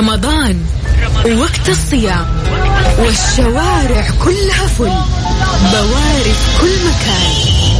رمضان ووقت الصيام والشوارع كلها فل، بوارد كل مكان.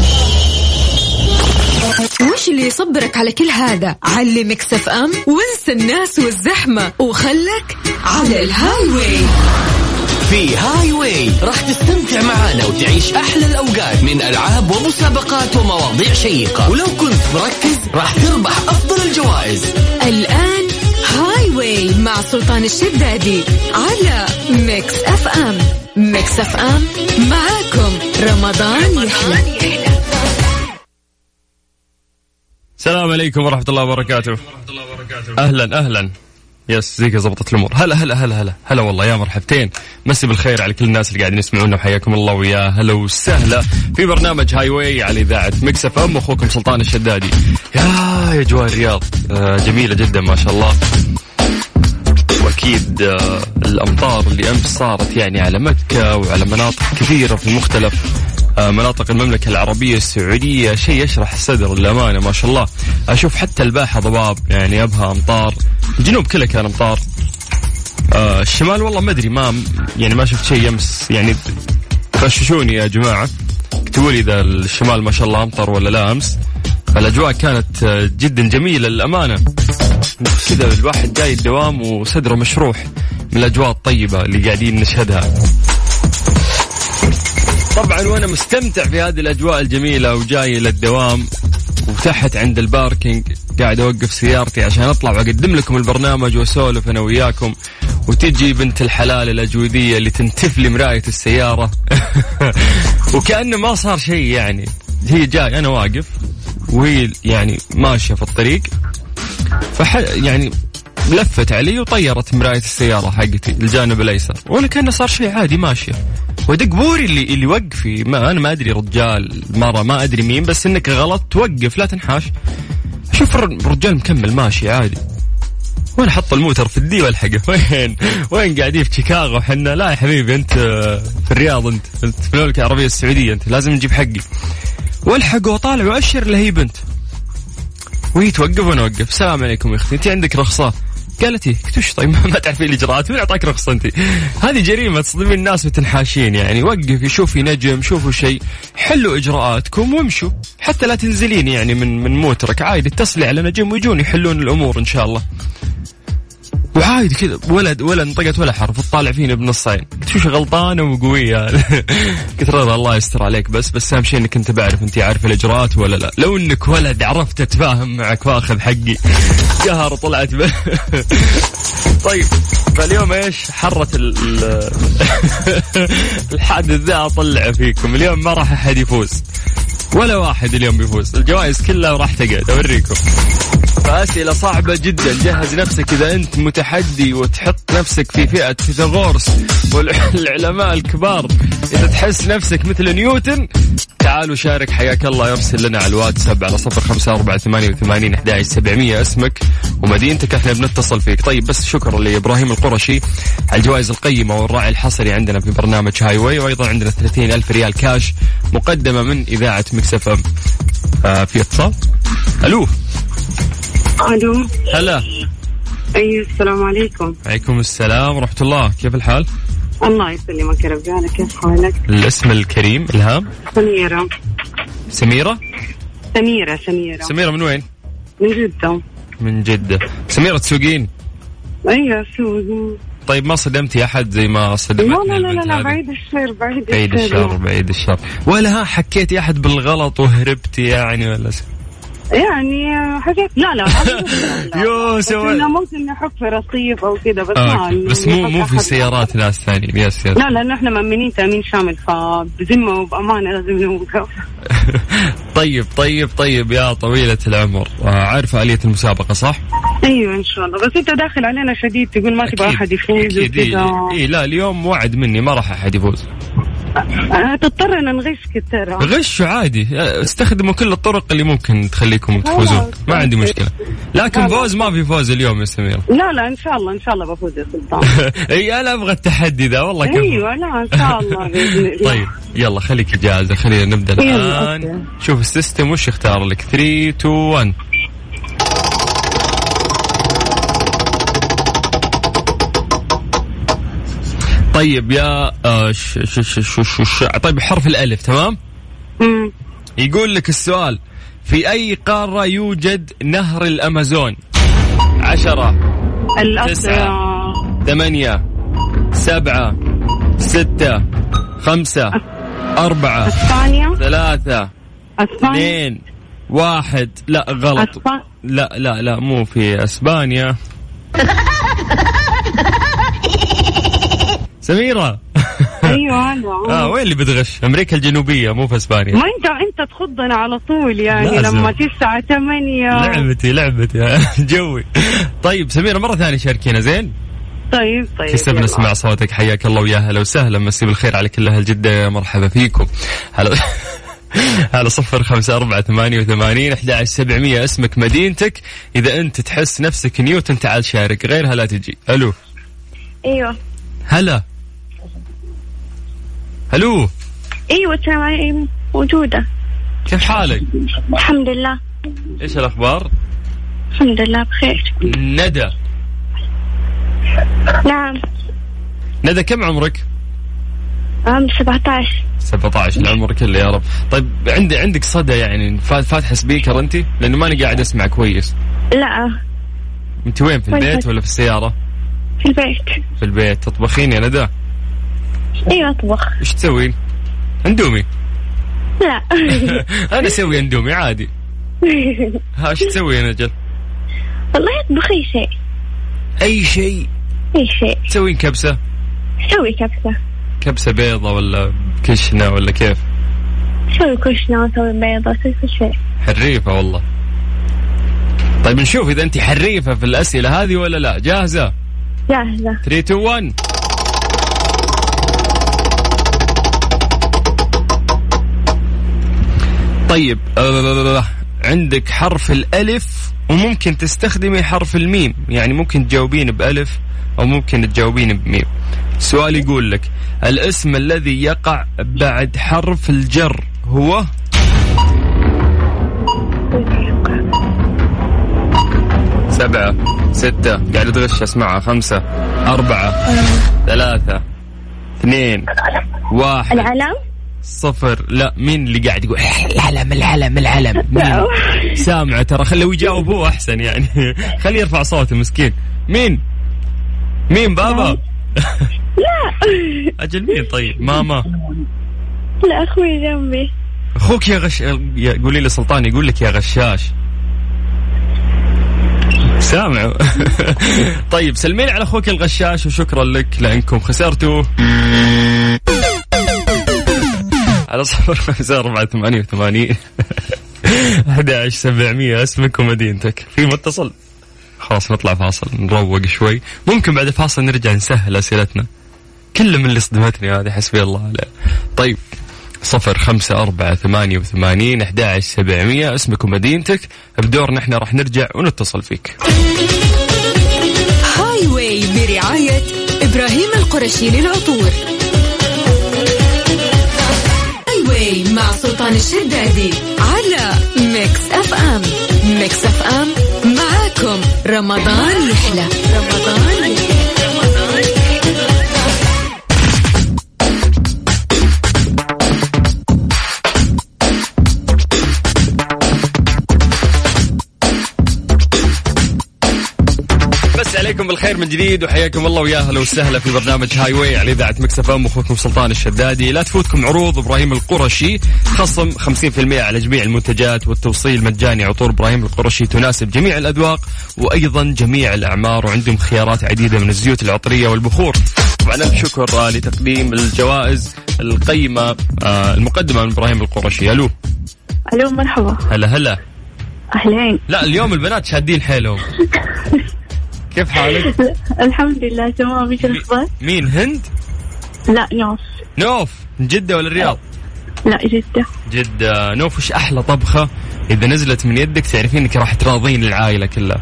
وش اللي يصبرك على كل هذا؟ علي ميكس اف ام وانسى الناس والزحمة وخلك على الهاي واي. في هاي واي راح تستمتع معانا وتعيش أحلى الأوقات من ألعاب ومسابقات ومواضيع شيقة، ولو كنت مركز راح تربح أفضل الجوائز. الآن هاي واي مع سلطان الشدادي على ميكس اف ام. ميكس اف ام معاكم رمضان يحلى. السلام عليكم ورحمة الله وبركاته. أهلا يس زيك زبطت الأمور. هلا والله يا مرحبتين. مسي بالخير على كل الناس اللي قاعدين يسمعونا وحياكم الله ويا هلا وسهلا في برنامج هاي واي على إذاعة ميكس اف ام. أخوكم سلطان الشدادي. يا أجواء الرياض جميلة جدا ما شاء الله. وأكيد الأمطار اللي أمس صارت يعني على مكة وعلى مناطق كثيرة في مختلف مناطق المملكة العربية السعودية شيء يشرح الصدر للأمانة ما شاء الله. أشوف حتى الباحة ضباب يعني أبها أمطار. الجنوب كله كان أمطار. الشمال والله ما أدري ما شفت شيء يمس يعني. غششوني يا جماعة اكتبوا لي إذا الشمال ما شاء الله أمطر ولا لا أمس. الأجواء كانت جدا جميلة للأمانة كذا. الواحد جاي الدوام وصدره مشروح من الأجواء الطيبة اللي قاعدين نشهدها. طبعا وانا مستمتع في هذه الاجواء الجميله وجاي للدوام وتحت عند الباركينج قاعد اوقف سيارتي عشان اطلع واقدم لكم البرنامج واسولف انا وياكم، وتجي بنت الحلال الاجوديه اللي تنتف لي مرايه السياره وكأنه ما صار شيء يعني. هي جاي انا واقف وهي يعني ماشيه في الطريق يعني لفت علي وطيرت مراية السيارة حقتي الجانب الأيسر ولا كأنه صار شيء عادي ماشية. ودق بوري اللي وقفي أنا ما أدري رجال مرة ما أدري مين، بس إنك غلط توقف لا تنحاش. أشوف الرجال مكمل ماشي عادي وأنا حط الموتر في الدي والحقه. وين قاعدين في شيكاغو حنا؟ لا يا حبيبي أنت في الرياض، أنت في المملكة العربية السعودية، أنت لازم نجيب حقي. والحق وطالع وأشر لهي بنت وهي توقف وانا اوقف. السلام عليكم يا اختي انت عندك رخصه؟ قالت ايه. قلت وش طيب ما تعرفين الاجراءات وين اعطاك رخصه انت؟ هذه جريمه تصدمين الناس وتنحاشين يعني. وقفي شوفي نجم شوفوا شيء حلوا اجراءاتكم وامشوا حتى لا تنزلين يعني من موترك عادي. اتصلي على نجم ويجون يحلون الامور ان شاء الله. وعادي كذا ولا نطقت ولا حرف تطالع فينا بنص عين. قلت شو غلطانه وقويه. قلت رضا الله يستر عليك بس اهم شيء انك انت بعرف انت عارف الاجراءات ولا لا. لو انك ولد عرفت اتفاهم معك واخذ حقي قهر وطلعت طيب فاليوم ايش حرت الحادث ذا اطلع فيكم. اليوم ما راح احد يفوز ولا واحد اليوم بيفوز. الجوائز كلها راح تقعد اوريكم. فأسئلة صعبة جدا. جهز نفسك إذا أنت متحدي وتحط نفسك في فئة فيثاغورس والعلماء الكبار. إذا تحس نفسك مثل نيوتن تعالوا شارك. حياك الله. يرسل لنا على الواتساب على 0548811700 اسمك ومدينتك احنا بنتصل فيك. طيب بس شكرا لإبراهيم القرشي على الجوائز القيمة والراعي الحصري عندنا في برنامج هاي واي. وأيضا عندنا 30,000 ريال كاش مقدمة من إذاعة ميكس اف ام. في اتصال. ألو هلا. أيوة السلام عليكم. عليكم السلام ورحمة الله. كيف الحال؟ الله يسلمك يا رجالة. كيف حالك؟ الاسم الكريم إلهام. سميرة من وين؟ من جدة. سميرة تسوقين؟ أيوة سوق. طيب ما صدمتي أحد زي ما صدمتني؟ لا بعيد الشر. ولا حكيتي أحد بالغلط وهربتي يعني ولا يعني حاجات لا يو سوى ممكن نحط في رصيف او كده بس مو في سيارات ناس ثانيين. يس لا لان احنا مأمنين تأمين شامل فبذمة وبأمانة لازم نوقف. طيب يا طويلة العمر عارفة آلية المسابقة صح؟ ايوه ان شاء الله. بس انت داخل علينا شديد تقول ما تبغى احد يفوز وكذا. ايه لا اليوم وعد مني ما راح احد يفوز. هتضطرنا نغش كتير. غشوا عادي. استخدموا كل الطرق اللي ممكن تخليكم تفوزون. ما عندي مشكلة. لكن فوز ما في فوز اليوم يا سميرة. لا ان شاء الله بفوز يا سلطان. اي انا ابغى التحدي ذا والله. ايوه لا ان شاء الله بإذن الله. طيب يلا خليك جاهزة. خلينا نبدأ الآن. شوف السيستم وش اختار لك. 3 2 1. طيب يا طيب حرف الألف تمام. يقول لك السؤال: في أي قارة يوجد نهر الأمازون؟ 10 9 8 7 6 5 4 3 2 1. لا غلط. لا مو في أسبانيا. سميرة. ايوه وين اللي بتغش؟ امريكا الجنوبيه مو في اسبانيا. ما انت تخضنا على طول يعني لازم. لما 9 8 لعبتي جوي. طيب سميرة مرة ثانية شاركينا. زين طيب كسبنا نسمع صوتك. حياك الله ويا هلا وسهلا. مسي بالخير على كل أهل جدة. مرحبا فيكم. هلا 0548811700 اسمك مدينتك. إذا أنت تحس نفسك نيوتن تعال شارك، غيرها لا تجي. ألو. ايوه هلا. ألو. ايوه تمام موجودة. كيف حالك؟ الحمد لله. ايش الأخبار؟ الحمد لله بخير. ندى. نعم. ندى كم عمرك؟ 17 العمر كله يا رب. طيب عندك صدى يعني فاتحة سبيكر انت؟ لأنه ماني قاعد اسمع كويس. لا. انت وين؟ في البيت ولا في السيارة؟ في البيت. في البيت. تطبخين يا ندى؟ ايوه اطبخ. ايش تسوين؟ اندومي؟ لا. انا اسوي اندومي عادي. ايش تسوي يا نجل؟ والله اطبخ اي شيء. تسوين كبسة؟ سوي كبسة بيضة ولا كشنة ولا كيف؟ سوي كشنة وسوي بيضة سوي كل شيء. حريفة والله. طيب نشوف إذا أنت حريفة في الأسئلة هذه ولا لا. جاهزة؟ 3 2 1. طيب عندك حرف الألف وممكن تستخدمي حرف الميم، يعني ممكن تجاوبين بألف أو ممكن تجاوبين بميم. السؤال يقول لك: الاسم الذي يقع بعد حرف الجر هو؟ 7 6 قاعد تغش اسمعها. 5 4 3 2 1. العلم. 0. لا مين اللي قاعد يقول العلم مين؟ سامعه ترى. خليه يجاوب هو احسن يعني. خليه يرفع صوته مسكين. مين بابا؟ لا. أجل مين؟ طيب ماما؟ لا أخوي جنبي. أخوك يا قولي لي سلطان يقول لك يا غشاش. سامع. طيب سلمين على أخوك الغشاش وشكرا لك لأنكم خسرتوا. على 0548811700 اسمك ومدينتك. في متصل. خلاص نطلع فاصل نروق شوي. ممكن بعد الفاصل نرجع نسهل أسئلتنا. كل من اللي صدمتني هذه حسبي الله عليه. طيب 0548811700 اسمك ومدينتك. بدورنا احنا راح نرجع ونتصل فيك. هاي واي برعاية إبراهيم القرشي للعطور. هاي واي مع سلطان الشدادي على ميكس اف ام. ميكس اف ام معاكم رمضان يحلى. عليكم بالخير من جديد وحياكم الله ويا اهلا وسهلا في برنامج هاي واي على اذاعه مكس اف ام. اخوكم سلطان الشدادي. لا تفوتكم عروض ابراهيم القرشي، خصم 50% على جميع المنتجات والتوصيل مجاني. عطور ابراهيم القرشي تناسب جميع الاذواق وايضا جميع الاعمار، وعندهم خيارات عديده من الزيوت العطريه والبخور. طبعا شكر لتقديم الجوائز القيمه المقدمه من ابراهيم القرشي. الو مرحبا. هلا اهلين. لا اليوم البنات شادين حيلهم. كيف حالك؟ الحمد لله تمام. ايش الاخبار؟ مين؟ هند؟ لا نوف. من جدة ولا الرياض؟ لا جدة. نوف وش احلى طبخة اذا نزلت من يدك تعرفين انك راح تراضين العائلة كلها؟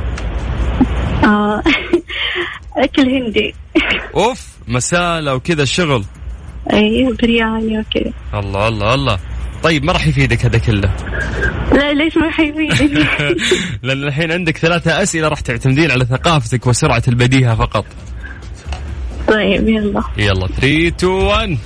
اكل هندي. اوف مسالة وكذا الشغل. ايوه برياني وكذا. الله. طيب ما راح يفيدك هذا كله. لا ليش ما حيفيدني؟ لأن الحين عندك 3 أسئلة راح تعتمدين على ثقافتك وسرعة البديهة فقط. طيب يلا 3 2 1.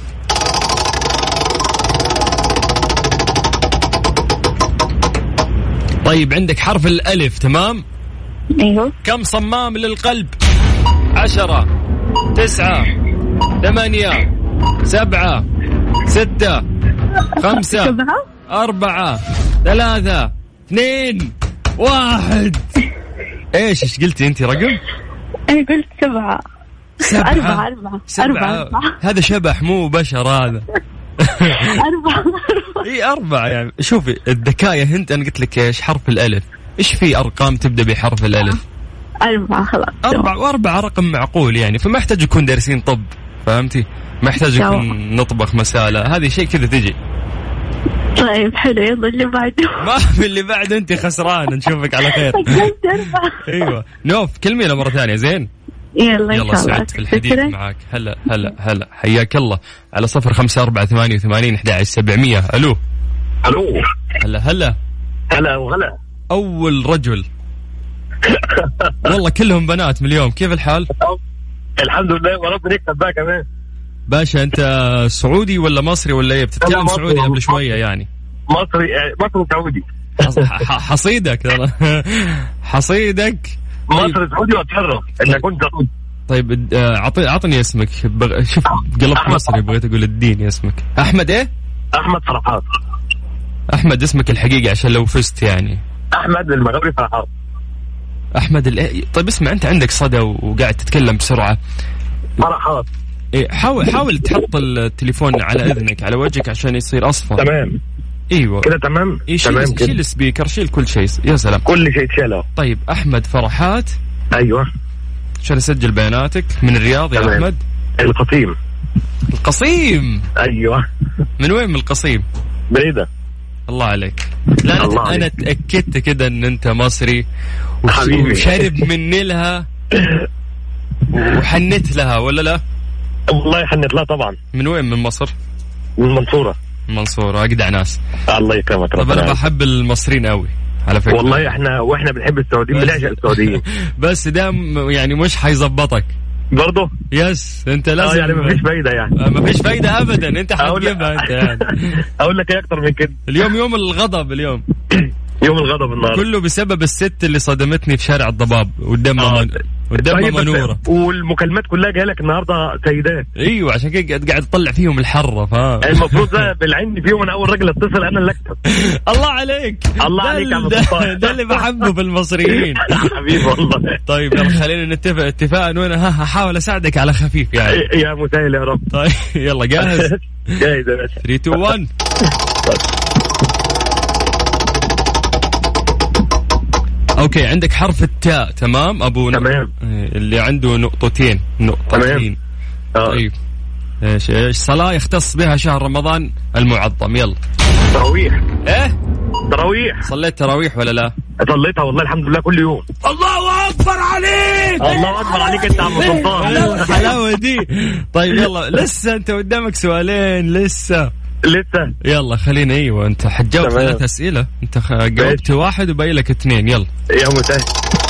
طيب عندك حرف الألف تمام؟ أيوه. كم صمام للقلب؟ 10 9 8 7 6 5 4 3 2 1. ايش قلتي انت رقم؟ أنا قلت 7. 4. هذا شبح مو بشر هذا. 4. اي 4 يعني. شوفي الذكاء يا هند، انا قلت لك ايش حرف الالف، ايش في ارقام تبدا بحرف الالف؟ 4 خلاص. 4 رقم معقول يعني، فما يحتاج يكون دارسين طب، فهمتي؟ ما يحتاج يكون نطبخ مسالة، هذه شيء كذا تجي. طيب حلو، يلا اللي بعده. ما في اللي بعده، انت خسران. نشوفك على خير. ايوه نوف كلمينا مرة ثانية. زين يلا سعدت في الحديث معاك. هلا حياك الله على 0548811700. الو هلا اول رجل. والله كلهم بنات من اليوم. كيف الحال؟ الحمد لله، وربنا يكتب بقى كمان. باشا انت سعودي ولا مصري ولا ايه؟ بتتكلم سعودي قبل شوية يعني. مصري سعودي. حصيدك ترى. حصيدك مصري سعودي، واتشرف انك كنت سعودي. طيب عطني اسمك. شوف قلبت مصري، بغيت اقول اديني اسمك. احمد ايه؟ احمد فرحات. احمد اسمك الحقيقي عشان لو فزت يعني. احمد المغربي فرحات. احمد طيب اسمع، انت عندك صدى وقاعد تتكلم بسرعة. فرحات. إيه حاول تحط التليفون على اذنك على وجهك عشان يصير اصفر. تمام ايوه كده تمام. إيه تمام كده. شيل السبيكر، شيل كل شيء. يا سلام، كل شيء تشيله. طيب احمد فرحات. ايوه عشان اسجل بياناتك. من الرياض يا احمد؟ القصيم. ايوه. من وين من القصيم؟ بعيدة. الله عليك. لا انا تاكدت كده ان انت مصري وشارب من نيلها وحنت لها ولا لا؟ والله حنت لها طبعا. من وين من مصر؟ من المنصورة. اجدع ناس. الله يكرمك. طب انا بحب المصريين قوي على فكرة. والله احنا بنحب السعوديين، بنعشق السعوديين. بس ده يعني مش حيظبطك برضه. يس انت لازم يعني مفيش فايدة يعني. مفيش فايدة ابدا. انت حتجيبها انت يعني. اقول لك ايه اكتر من كده؟ اليوم يوم الغضب. اليوم يوم الغضب النهارده كله بسبب الست اللي صدمتني في شارع الضباب قدامها منورة. والمكالمات كلها جايه لك النهارده سيدات. ايوه عشان كده قاعد تطلع فيهم الحرة. المفروض ده بالعين فيهم من اول راجل اتصل انا اللي اكتب. الله عليك يا عم سلطان. ده اللي بحبه في المصريين. حبيبي والله. طيب يلا خلينا نتفق اتفاقا، وانا هحاول اساعدك على خفيف يعني. يا مسهل يا رب. طيب يلا جاهز؟ جاهز يا باشا. 3 2 1. اوكي عندك حرف التاء تمام ابو تمام. اللي عنده نقطتين. تمام. طيب ايش صلاة يختص بها شهر رمضان المعظم؟ يلا. تراويح. ايه تراويح. صليت تراويح ولا لا؟ صليتها والله الحمد لله كل يوم. الله اكبر عليك. الله اكبر عليك انت عم سلطان. الحلاوة دي. طيب يلا لسه انت قدامك سؤالين لسه. يلا خلينا. ايوه انت حتجاوب 3 اسئله. انت جاوبت 1 وباقي لك 2. يلا يا مسهل.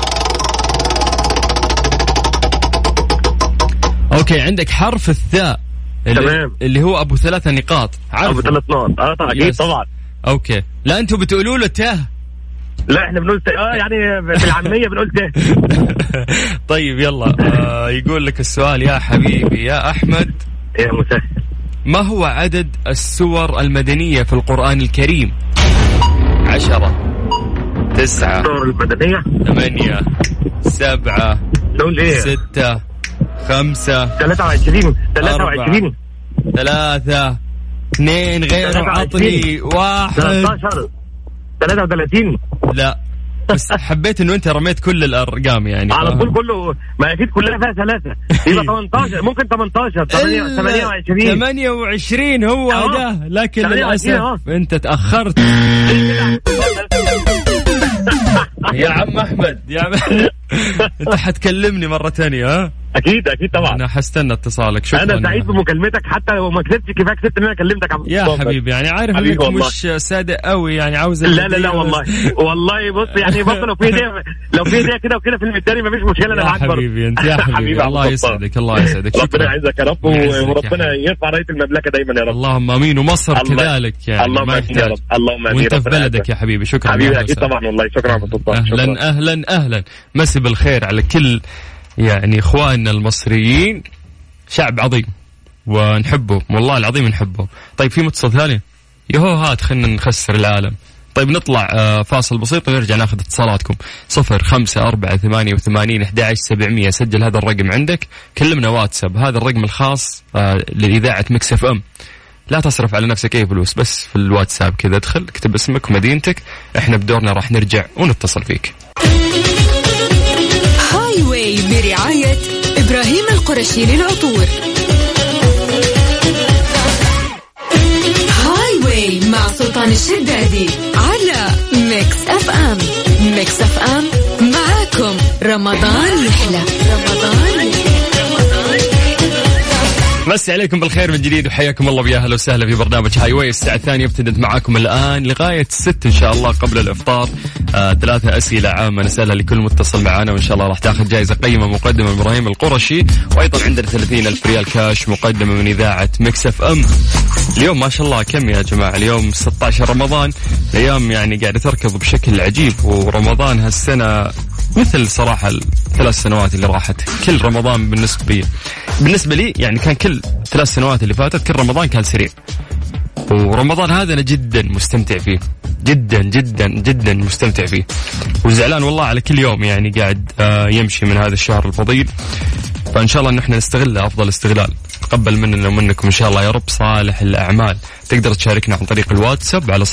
اوكي عندك حرف الثاء اللي هو ابو 3 نقاط. ابو 3 نقط. اكيد طبعا. اوكي لا انتوا بتقولوا له تاه. لا احنا بنقول يعني في العاميه بنقول تاه. طيب يلا يقول لك السؤال يا حبيبي يا احمد. يا مسهل. ما هو عدد السور المدنية في القرآن الكريم؟ 10 9 السور المدنية 8 7 6 5 23 3 2 غير عطني 1 13 33. لا بس حبيت انه انت رميت كل الارقام يعني على طول كله. ما اكيد كلها فيها 3 يبقى 18. ممكن 18 28 هو ده. لكن للاسف انت تاخرت. يا عم أحمد يا عم أنت حتكلمني مرة تانية ها؟ اكيد طبعا. انا حستنى اتصالك. شكرا. انا سعيد بمكالمتك حتى لو ما كسبتش، كفايه كسبت ان انا كلمتك يا حبيبي. يعني عارف انك مش صادق قوي، يعني عاوز لا والله بص يعني بص لو في هديه كده وكده في الثاني مفيش مشكله. انا معاك حبيبي انت يا حبيبي. الله يسعدك الله يسعدك. ربنا يعزك يا رب وربنا يرفع رايه المملكه دايما يا رب. اللهم امين. ومصر كذلك يعني. اللهم امين يا رب. اللهم امين. وانت في بلدك يا حبيبي. شكرا حبيبي. اكيد طبعا والله. شكرا اهلا مسي بالخير على كل يعني اخواننا المصريين. شعب عظيم ونحبه والله العظيم نحبه. طيب في متصل ثاني يهو هات خلنا نخسر العالم. طيب نطلع فاصل بسيط ونرجع ناخذ اتصالاتكم. 0548811700. سجل هذا الرقم عندك، كلمنا واتساب. هذا الرقم الخاص لإذاعة ميكس اف ام. لا تصرف على نفسك أي فلوس، بس في الواتساب كذا ادخل اكتب اسمك ومدينتك، احنا بدورنا راح نرجع ونتصل فيك. هاي واي برعاية إبراهيم القرشي للعطور. هاي واي مع سلطان الشدادي على ميكس اف ام. ميكس اف ام معاكم رمضان يحلى. مسي عليكم بالخير من جديد وحياكم الله ويا اهلا وسهلا في برنامج هاي واي. الساعة الثانية ابتدت معاكم الآن لغاية 6 إن شاء الله قبل الإفطار. 3 أسئلة عامة نسألها لكل متصل معنا، وإن شاء الله راح تاخذ جائزة قيمة مقدمة من إبراهيم القرشي، وأيضا عندنا 30,000 ريال كاش مقدمة من إذاعة ميكس اف ام. اليوم ما شاء الله كم يا جماعة، اليوم 16 رمضان. الأيام يعني قاعدة تركض بشكل عجيب، ورمضان هالسنة مثل صراحة ال3 سنوات اللي راحت. كل رمضان بالنسبة لي يعني كان كل 3 سنوات اللي فاتت كل رمضان كان سريع، ورمضان هذا أنا جدا مستمتع فيه، جدا جدا جدا مستمتع فيه، وزعلان والله على كل يوم يعني قاعد يمشي من هذا الشهر الفضيل. فإن شاء الله نحن نستغله أفضل استغلال. تقبل مننا ومنكم إن شاء الله يا رب صالح الأعمال. تقدر تشاركنا عن طريق الواتساب على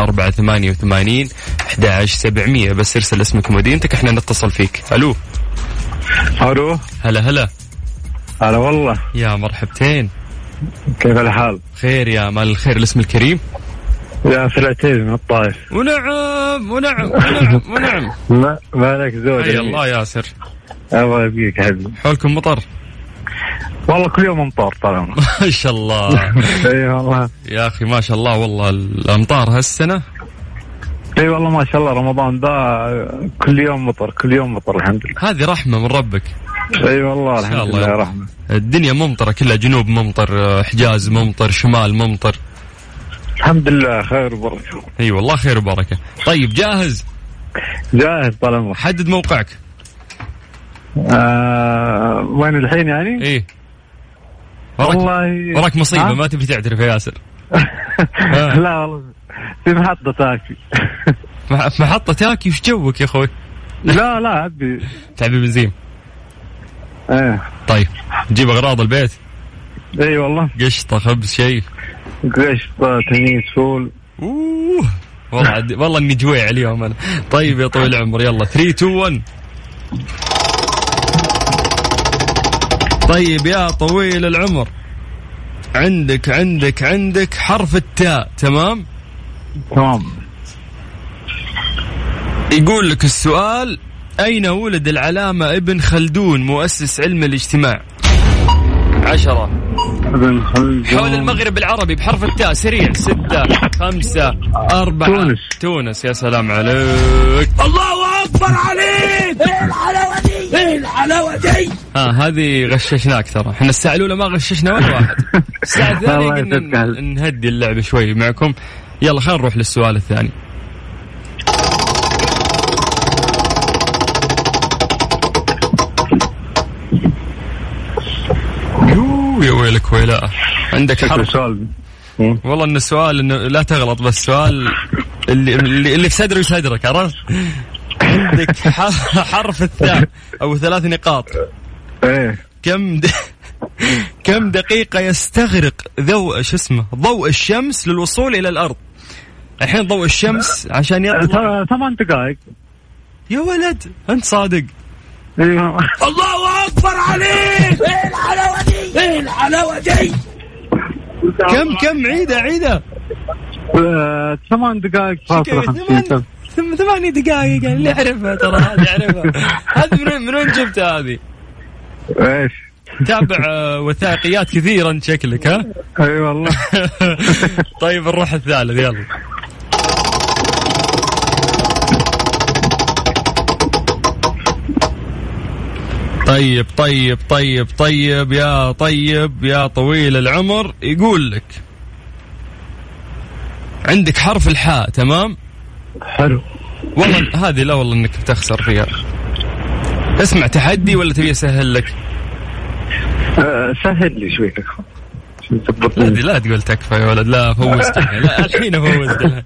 0548811700. بس ارسل اسمك ومدينتك احنا نتصل فيك. ألو هلا والله يا مرحبتين. كيف الحال؟ خير يا مال الخير. الاسم الكريم يا سلعتين من الطائف. ونعم ما لك زود. أي الله ياسر. الله يبقيك حبيبي. حولكم مطر؟ والله كل يوم امطار طبعا. ما شاء الله. اي والله يا اخي ما شاء الله والله الامطار هالسنه. اي والله ما شاء الله رمضان ده كل يوم مطر الحمد لله. هذه رحمه من ربك. اي والله الحمد لله رحمه. الدنيا ممطره كلها، جنوب ممطر، حجاز ممطر، شمال ممطر. الحمد لله خير وبركه. اي والله خير وبركه. طيب جاهز طال عمرك. حدد موقعك. وين الحين يعني؟ ايه وراك مصيبة ما تبي تعترف يا ياسر. لا والله في محطة تاكي. محطة تاكي وش جوك يا اخوي؟ لا أبي تعبي بنزين. ايه طيب نجيب اغراض البيت. اي والله قشطة خبز شيء. قشطة تميس فول. والله اني جويع اليوم انا. طيب يا طويل العمر يلا 3 2 1. طيب يا طويل العمر عندك حرف التاء. تمام يقول لك السؤال: أين ولد العلامة ابن خلدون مؤسس علم الاجتماع؟ 10 ابن خلدون حول المغرب العربي بحرف التاء. سريع. 6 5 4 تونس. يا سلام عليك. الله أكبر عليك. ايه الحلاوة دي. هذه غششناك ترى. احنا الساعة الأولى ما غششنا ولا واحد. الساعة الثانية قلنا نهدي اللعبة شوي معكم. يلا خلينا نروح للسؤال الثاني. يا ويلك ويلا. عندك حرف. والله ان السؤال انه لا تغلط، بس السؤال اللي في صدري وصدرك، عرفت؟ عندك حرف الثاء او 3 نقاط. ايه كم دقيقة يستغرق ضوء الشمس للوصول الى الارض؟ الحين ضوء الشمس عشان يطلع 8 دقائق. يا ولد انت صادق. الله أكبر عليك. ايه الحلاوة دي. كم عيدة 8 دقائق فاصلة 50. 8 دقائق اللي يعرفها ترى هذه يعرفها. هذه من وين جبتها هذه؟ ايش تابع وثائقيات كثيرا انت شكلك ها؟ اي والله. طيب نروح الثالث يلا. طيب طيب طيب طيب يا طيب يا طويل العمر، يقول لك عندك حرف الحاء تمام؟ حلو. والله هذه لا والله انك بتخسر فيها. اسمع تحدي ولا تبي اسهل لك؟ سهل لي شوي تكفى. لا تقول تكفى يا ولد، لا فوزت. لا الحين فوزت.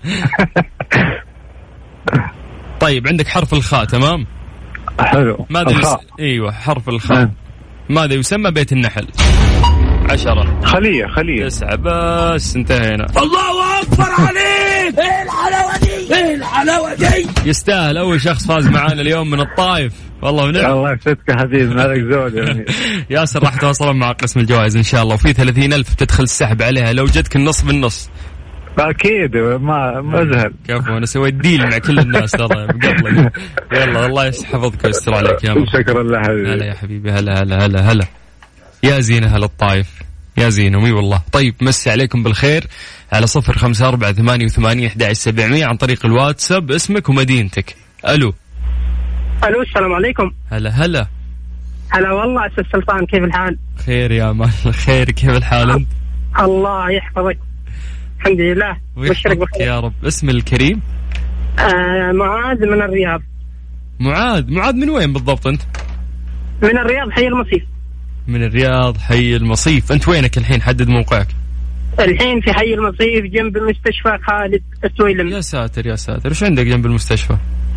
طيب عندك حرف الخاء تمام؟ حلو. ماذا ايوه حرف الخاء. ماذا يسمى بيت النحل؟ 10 خلية 9 بس انتهينا. الله أكبر عليك. ايه الحلاوة دي، ايه الحلاوة دي. يستاهل أول شخص فاز معانا اليوم من الطائف. والله ونعم. الله يفتك يا حبيبي، مالك زود يعني. ياسر راح تواصلون مع قسم الجوائز إن شاء الله، وفي 30,000 تدخل السحب عليها لو جتك النص بالنص. أكيد ما أزهل. كفو أنا سويت ديل مع كل الناس ترى بقبلك. يلا الله يحفظك ويستر عليك يا شكرا لله حبيبي. هلا يا حبيبي. هلا يا زينة. هلا الطائف يا زينة وي والله. طيب مسي عليكم بالخير على 0548811700 عن طريق الواتساب، اسمك ومدينتك. ألو السلام عليكم. هلا والله أستاذ سلطان، كيف الحال؟ خير يا مان. خير، كيف الحال أنت؟ الله يحفظك. الحمد لله. بشرك بخير يا رب. اسم الكريم؟ معاذ من الرياض. معاذ من وين بالضبط أنت؟ من الرياض حي المصيف. من الرياض حي المصيف. أنت وينك الحين؟ حدد موقعك. الحين في حي المصيف جنب مستشفى خالد السويلم. يا ساتر وش عندك جنب المستشفى؟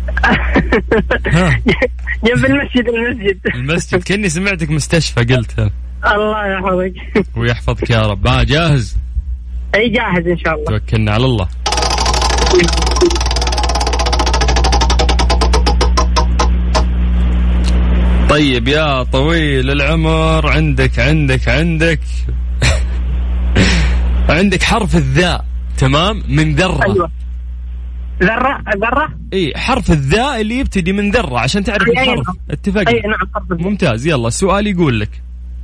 جنب المسجد. كأني سمعتك مستشفى قلتها. الله يحفظك ويحفظك يا رب. جاهز؟ اي جاهز ان شاء الله. توكلنا على الله. طيب يا طويل العمر، عندك عندك حرف الذاء تمام؟ من ذرة. أيوة. ذرة اي حرف الذاء اللي يبتدي من ذرة عشان تعرف الحرف. اتفقنا؟ اي نعم. ممتاز. يلا السؤال يقول لك.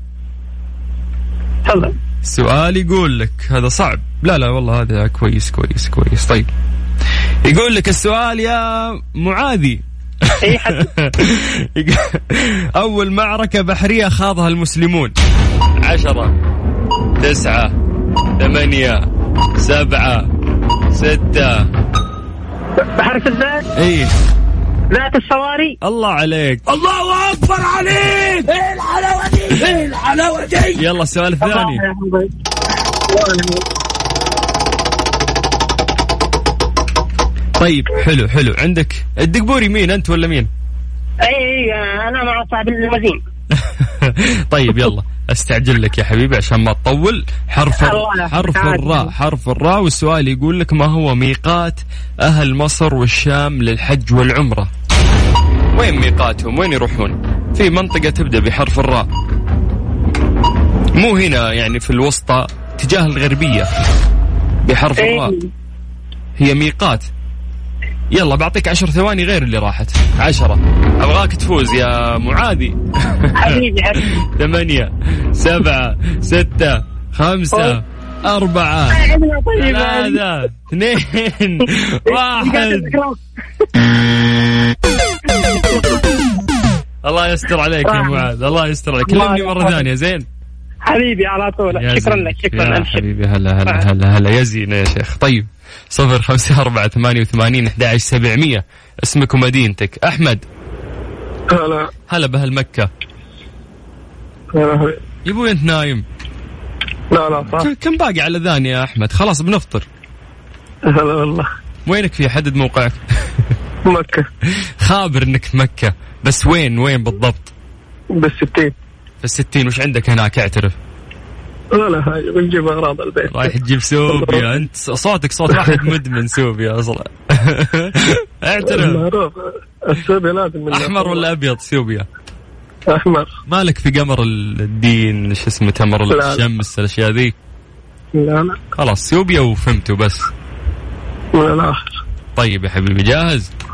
تفضل. السؤال يقول لك هذا صعب. لا والله هذا كويس. طيب يقول لك السؤال يا معاذي. أول معركة بحرية خاضها المسلمون. 10 9 8 7 6. بحرف الذات. ايه ذات الصواري. الله عليك. الله أكبر عليك. ايه الحلاوة دي. يلا السؤال الثاني. طيب حلو عندك الدقبوري. مين أنت ولا مين؟ اي أنا مع صاحب المزين. طيب يلا استعجل لك يا حبيبي عشان ما تطول. حرف الراء. والسؤال يقول لك ما هو ميقات أهل مصر والشام للحج والعمرة؟ وين ميقاتهم؟ وين يروحون؟ في منطقة تبدأ بحرف الراء، مو هنا يعني في الوسطى، تجاه الغربية بحرف الراء هي ميقات. يلا بعطيك 10 ثواني غير اللي راحت. 10. أبغاك تفوز يا معاذي. حبيبي 8 7 6 5 4 3 2 1. الله يستر عليك يا معاذ. الله يستر عليك. كلمني مرة ثانية زين حبيبي على طول. شكرا لك. يا حبيبي. هلا يا زين يا شيخ. طيب 0548811700 اسمك ومدينتك. أحمد. هلا بهالمكة. يبوي أنت نايم؟ لا صح. كم باقي على ذاني يا أحمد؟ خلاص بنفطر. هلا والله. وينك؟ في حدد موقعك. مكة. خابر إنك في مكة، بس وين بالضبط؟ بالستين. في 60. وش عندك هناك؟ اعترف. ولا حاجة، بنجيب أغراض البيت. رايح تجيب سوبيا؟ أنت صوتك صوت واحد مدمن سوبيا أصلا. اعترف. السوبيا لازم. أحمر ولا أبيض سوبيا؟ أحمر. مالك في قمر الدين شو اسمه، تمر الشمس الأشياء ذي؟ لا خلاص سوبيا وفهمته بس. ولا آخر. طيب يا حبيبي جاهز؟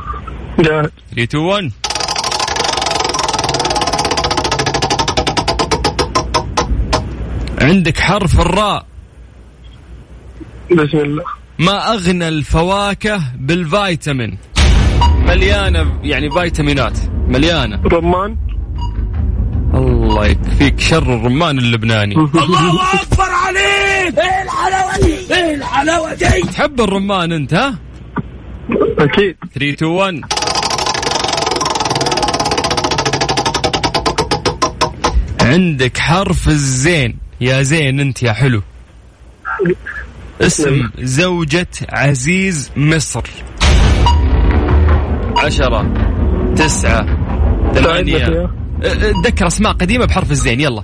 جاهز. 3 2 1. عندك حرف الراء. بسم الله. ما أغنى الفواكه بالفيتامين، مليانة يعني فيتامينات مليانة. رمان. الله يكفيك شر الرمان اللبناني. الله أكبر عليك. ايه الحلاوة دي، ايه الحلاوة دي. تحب الرمان انت ها؟ أكيد. 3 2 1. عندك حرف الزين. يا زين انت يا حلو. اسم زوجة عزيز مصر. 10 9 8. اتذكر اسماء قديمة بحرف الزين. يلا.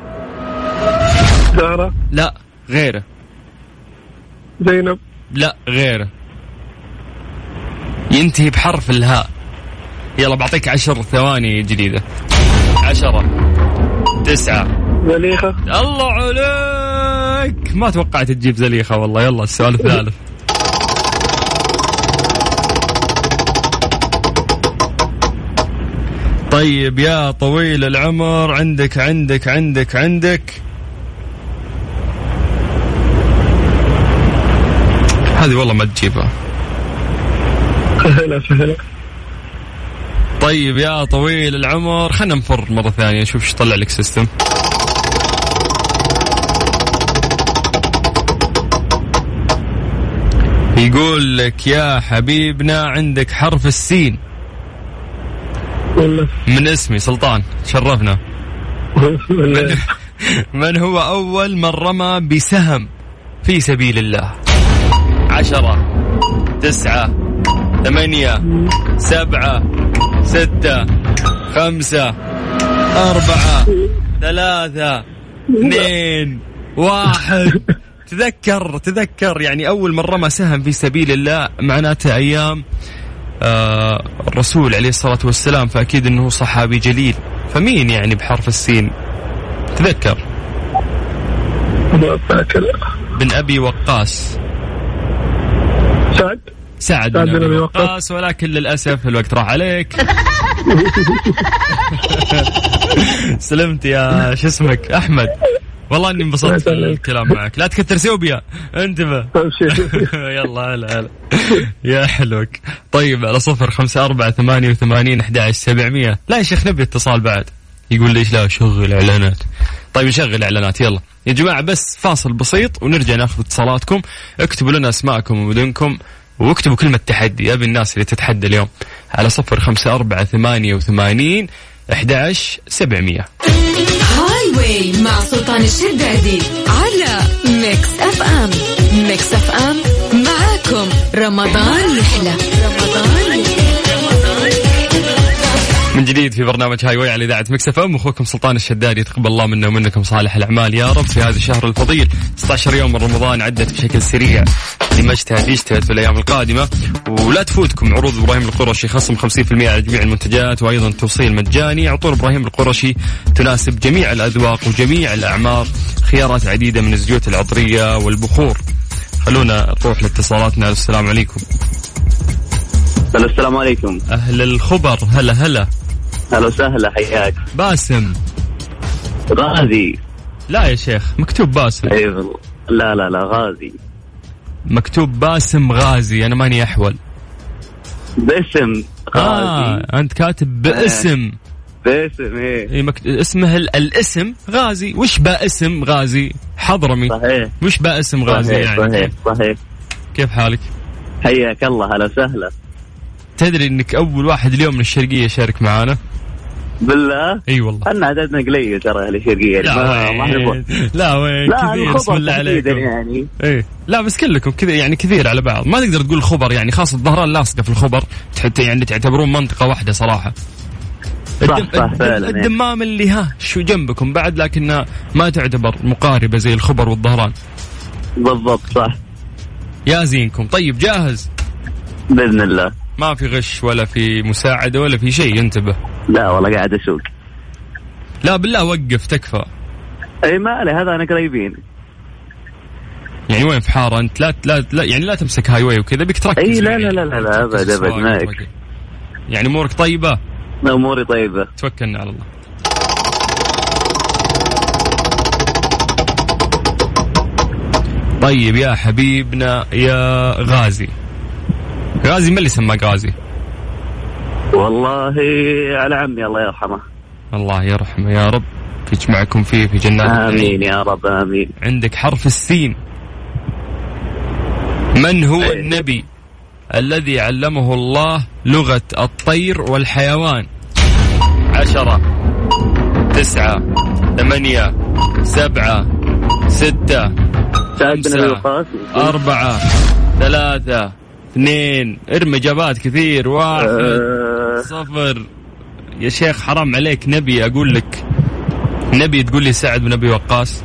زهرة. لا غيره. زينب. لا غيره. ينتهي بحرف الهاء. يلا بعطيك 10 ثواني جديدة. 10 9. زليخة. الله عليك، ما توقعت تجيب زليخة والله. يلا السؤال الثالث. طيب يا طويل العمر، عندك هذه والله ما تجيبها. سهلة. طيب يا طويل العمر، خلنا نفر مرة ثانية نشوف ايش طلع لك سيستم. يقول لك يا حبيبنا عندك حرف السين. والله. من اسمي سلطان، شرفنا. من هو أول من رمى بسهم في سبيل الله؟ 10 9 8 7 6 5 4 3 2 1. تذكر يعني أول من رمى سهم في سبيل الله معناته أيام الرسول عليه الصلاة والسلام، فأكيد أنه صحابي جليل. فمين يعني بحرف السين؟ تذكر. بن أبي وقاص. سعد بن أبي وقاص، ولكن للأسف الوقت راح عليك. سلمت يا شو اسمك أحمد. والله اني انبسطت الكلام معك. لا تكتر سوبيا، انتبه. يلا هلا يا حلوك. طيب على 0548811700. لا يا شيخ نبي اتصال بعد. يقول ليش لا شغل اعلانات. طيب نشغل اعلانات. يلا يا جماعة بس فاصل بسيط ونرجع ناخذ اتصالاتكم. اكتبوا لنا اسماءكم ومدنكم واكتبوا كلمة تحدي. ابي الناس اللي تتحدى اليوم على 0548811700. هاي واي مع سلطان الشدادي على ميكس اف ام. ميكس اف ام معاكم رمضان يحلى. من جديد في برنامج هاي واي على إذاعة ميكس اف ام. أخوكم سلطان الشدادي، يتقبل الله منا ومنكم صالح الأعمال يا رب في هذا الشهر الفضيل. 16 يوم من رمضان عدت بشكل سريع، لما اجتهد في الأيام القادمة. ولا تفوتكم عروض إبراهيم القرشي، خصم 50% على جميع المنتجات، وأيضا توصيل مجاني. عطور إبراهيم القرشي تناسب جميع الأذواق وجميع الأعمار، خيارات عديدة من الزيوت العطرية والبخور. خلونا نروح لاتصالاتنا. السلام عليكم. السلام عليكم. أهل الخبر. هلا وسهلا، حياك. باسم. غازي. لا يا شيخ مكتوب باسم. أيوة. لا غازي. مكتوب باسم غازي، أنا ماني أحول. باسم غازي. أنت كاتب باسم. باسم إيه اسمه الاسم غازي. وش باسم غازي؟ حضرمي. صحيح. وش باسم غازي يعني؟ صحيح. كيف حالك؟ حياك الله. هلا وسهلا. تدري انك اول واحد اليوم من الشرقية شارك معانا؟ بالله؟ اي والله. احنا عددنا قليل ترى اهل الشرقية. لا وين كثير. بسم الله عليكم يعني. ايه لا بس كلكم كذا يعني كثير على بعض. ما تقدر تقول خبر يعني، خاصة الظهران لاصقة في الخبر، يعني تعتبرون منطقة واحدة صراحة. صح فعلا. الدمام اللي شو جنبكم بعد، لكنها ما تعتبر مقاربة زي الخبر والظهران. بالضبط صح. يا زينكم. طيب جاهز؟ بإذن الله. ما في غش ولا في مساعدة ولا في شيء. انتبه. لا والله قاعد أسوق. لا بالله وقف تكفى. اي ما عليه، هذا انا قريبين. يعني وين في حارة انت؟ لا يعني لا تمسك هاي واي وكذا، بيك تركز. اي لا ابد معك. يعني أمورك طيبة؟ أموري طيبة. توكلنا على الله. طيب يا حبيبنا يا غازي، غازي من اللي سماك غازي؟ والله على عمي الله يرحمه. الله يرحمه يا رب، يجمعكم فيه في جنات. آمين يا رب آمين. عندك حرف السين. من هو النبي الذي علمه الله لغة الطير والحيوان؟ 10 9 8 7 6 5 4 3 2. ارمي إجابات كثير. 1 0. يا شيخ حرام عليك، نبي أقول لك نبي تقول لي سعد بن أبي وقاص؟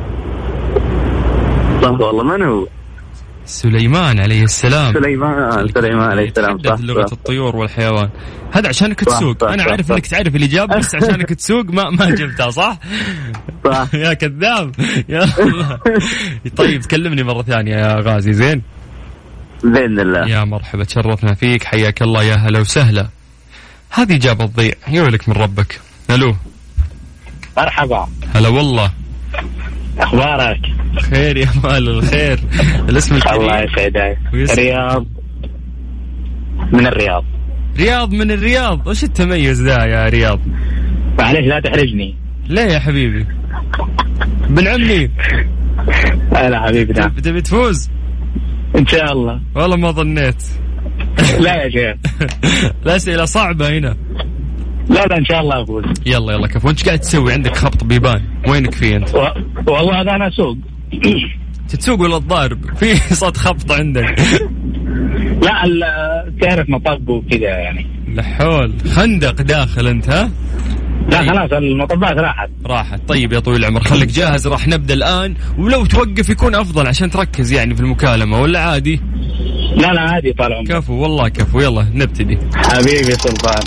صح والله. من هو؟ سليمان عليه السلام. سليمان عليه السلام. صح. لغة الطيور والحيوان. هذا عشانك تسوق. أنا عارف إنك تعرف الإجابة بس عشانك تسوق ما جبتها. صح. يا كذاب يا الله. طيب تكلمني مرة ثانية يا غازي. زين بإذن الله. يا مرحبا، تشرفنا فيك، حياك الله، يا هلا وسهلا. هذه إجابة تضيع، يولك من ربك. ألو مرحبا. هلا والله، أخبارك؟ خير يا مال الخير. الاسم الكريم؟ الله يسعدك. رياض من الرياض. رياض من الرياض. وش التميز ذا يا رياض؟ معليش لا تحرجني. ليه يا حبيبي؟ بن عمي. لا حبيبي نعم. تبي تفوز إن شاء الله. والله ما ظنيت. لا يا شيخ. الأسئلة صعبة هنا. لا إن شاء الله أفوز. يلا كفو. وانت قاعد تسوي؟ عندك خبط بيبان. وينك فيه أنت؟ والله هذا أنا أسوق. تتسوق ولا تضارب؟ في صوت خبط عندك. لا تعرف مطب وكذا يعني. لحول خندق داخل أنت ها؟ لا خلاص المطبات راحت. طيب يا طويل العمر خليك جاهز، راح نبدأ الآن. ولو توقف يكون أفضل عشان تركز يعني في المكالمة، ولا عادي؟ لا عادي طال عمرك. كفو والله كفو. يلا نبتدي. حبيبي سلطان.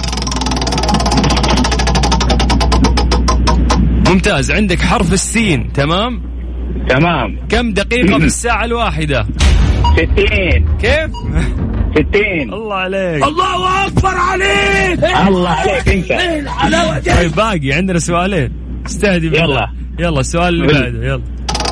ممتاز. عندك حرف السين. تمام. كم دقيقة في الساعة الواحدة؟ 60. كيف؟ 60. الله عليك. الله أكبر عليك. الله عليك انت. طيب باقي عندنا سؤالين. استهدي بالله. يلا السؤال اللي بعده. يلا.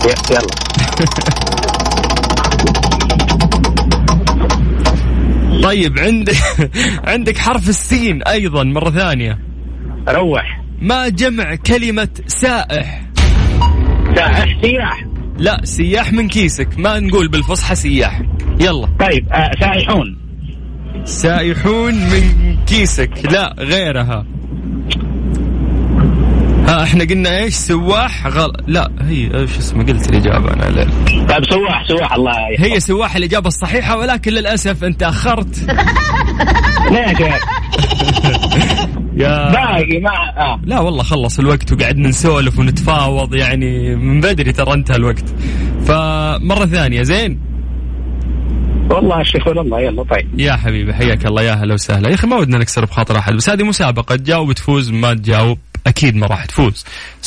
طيب عندك حرف السين أيضا مرة ثانية. روح. ما جمع كلمة سائح؟ سياح. لا سياح من كيسك، ما نقول بالفصحى سياح. يلا. طيب سائحون من كيسك. لا غيرها. احنا قلنا ايش؟ سواح. لا هي ايش اسمه؟ قلت الإجابة أنا. لا. طيب سواح الله. هي سواح الإجابة الصحيحة، ولكن للأسف أنت أخرت. ليه يا باقي ما لا والله خلص الوقت وقعدنا نسولف ونتفاوض يعني من بدري، ترى انتهى الوقت. فمرة ثانية. زين والله الشيخ والله. يلا طيب يا حبيبي حياك الله، يا هلا وسهلا. يا أخي ما ودنا نكسر بخاطر أحد، بس هذه مسابقة، تجاوب تفوز، ما تجاوب أكيد ما راح تفوز.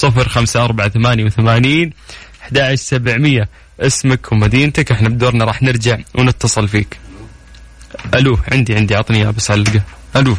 054881 11700 اسمك ومدينتك. احنا بدورنا راح نرجع ونتصل فيك. ألو عندي عطني بس علقة. ألو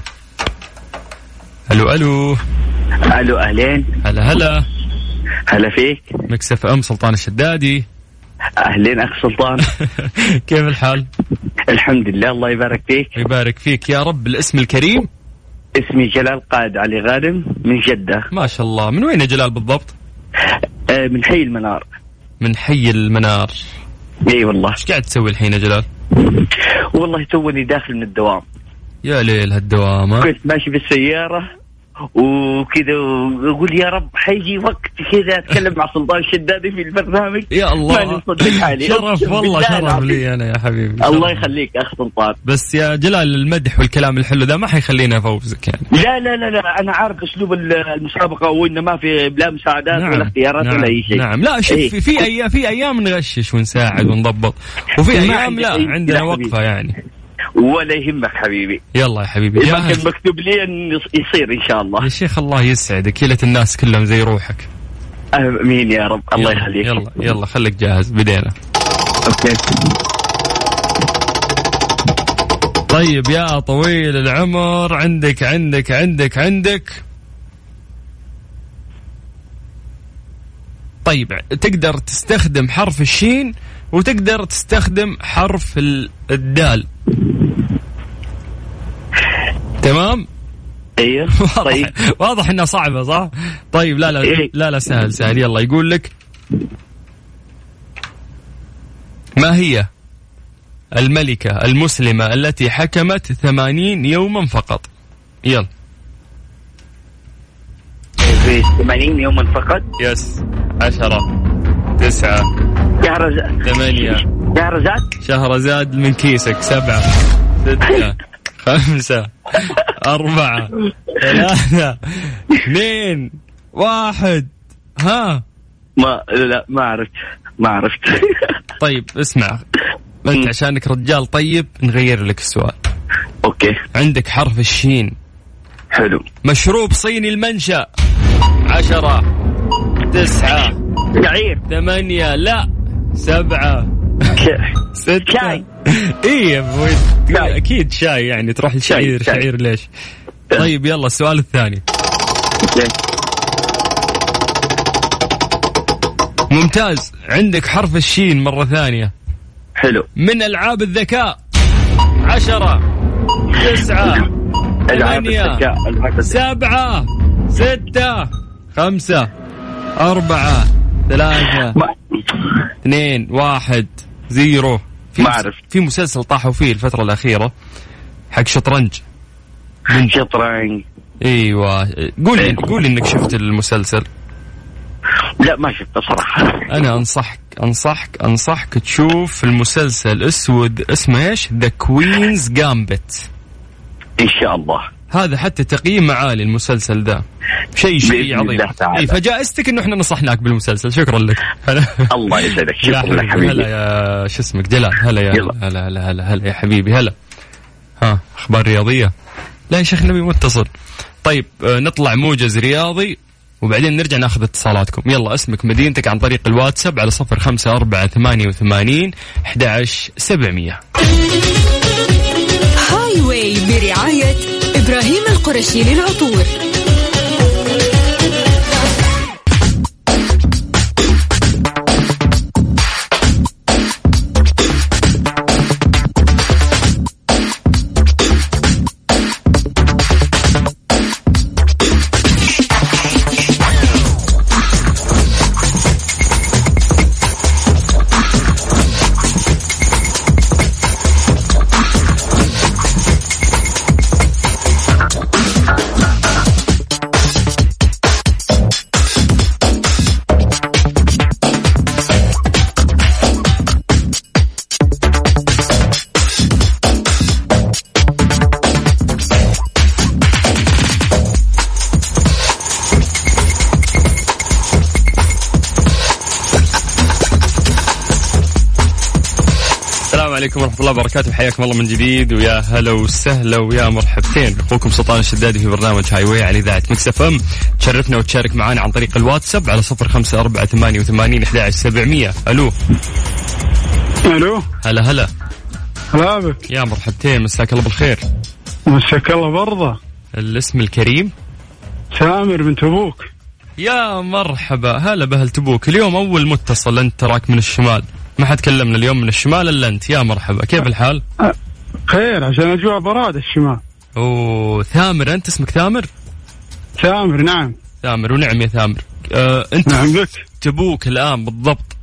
أهلين. هلا فيك. مكس اف ام سلطان الشدادي. أهلين أخ سلطان. كيف الحال؟ الحمد لله الله يبارك فيك. يبارك فيك يا رب. الاسم الكريم؟ اسمي جلال قائد علي غانم من جدة. ما شاء الله. من وين يا جلال بالضبط؟ من حي المنار. من حي المنار. اي والله. ايش قاعد تسوي الحين يا جلال؟ والله توني داخل من الدوام. يا ليل هالدوام. كنت ماشي بالسيارة وكذا وأقول يا رب حيجي وقت كذا أتكلم مع سلطان الشدادي في البرنامج. يا الله ما نصدق حالي. شرف والله، شرف لي أنا يا حبيبي. الله يخليك أخ سلطان. بس يا جلال المدح والكلام الحلو ده ما حيخلينا أفوزك يعني. لا أنا عارف أسلوب المسابقة وإنه ما في بلا مساعدات ولا اختيارات ولا أي شيء. نعم لا شوف في أيام نغشش ونساعد ونضبط، وفي أيام لا عندنا وقفة يعني. ولا يهمك حبيبي. يلا يا حبيبي إذا كان مكتوب لي أن يصير إن شاء الله. يا شيخ الله يسعدك، كيلة الناس كلهم زي روحك. آمين يا رب. الله يخليك. يلا خليك جاهز. بدينا. أوكي. طيب يا طويل العمر، عندك طيب تقدر تستخدم حرف الشين وتقدر تستخدم حرف الدال. تمام. ايوه طيب واضح انها صعبة صح؟ طيب لا سهل. يلا يقول لك ما هي الملكة المسلمة التي حكمت 80 يوما فقط؟ يلا. 80 يوما فقط. يس. 10 9 8 شهرزاد من كيسك. 7 6 5 4 3 2 1. ها ما عرفت. طيب اسمع، انت عشانك رجال طيب نغير لك السؤال. اوكي. عندك حرف الشين. حلو. مشروب صيني المنشأ. 10 9 شعير. 8 لا 7 6. شاي. ايه يا ابوي اكيد شاي، يعني تروح الشعير. شعير ليش؟ طيب يلا السؤال الثاني. ممتاز. عندك حرف الشين مرة ثانية. حلو. من ألعاب الذكاء. 10 9 8 7 6 5 4 3 2 1 0. ما أعرف. في مسلسل طاحوا فيه الفترة الأخيرة حق شطرنج. ايوه قول انك شفت المسلسل. لا ما شفته صراحة. انا انصحك تشوف المسلسل اسود اسمه ايش؟ ذا كوينز جامبت. ان شاء الله. هذا حتى تقييم عالي المسلسل ذا، شيء عظيم. فجائزتك انه احنا نصحناك بالمسلسل. شكرا لك. الله يسعدك. شكرا لك حبيبي. هلا يا شو اسمك جلال. هلا يا حبيبي. هلا. ها اخبار رياضية؟ لا يا شيخ نبي متصل. طيب نطلع موجز رياضي وبعدين نرجع ناخذ اتصالاتكم. يلا اسمك مدينتك عن طريق الواتساب على 0548811700. هاي واي برعاية إبراهيم القرشي للعطور. عليكم ورحمة الله وبركاته. حياكم الله من جديد ويا هلا وسهلا ويا مرحبتين. أخوكم سلطان الشدادي في برنامج هاي واي على إذاعة ميكس اف ام. تشرفنا وتشارك معنا عن طريق الواتساب على 0548811700. ألو هلا بك يا مرحبتين. مساك الله بالخير. مساك الله برضه. الاسم الكريم سامر من تبوك. يا مرحبا. هلا بأهل تبوك. اليوم أول متصل. أنت تراك من الشمال، ما حد كلمنا اليوم من الشمال إلا أنت. يا مرحبا. كيف الحال؟ خير عشان أجواء براد الشمال. أوه ثامر. أنت اسمك ثامر؟ ثامر نعم. ثامر ونعم يا ثامر. أنت نعم بك. تبوك الآن بالضبط؟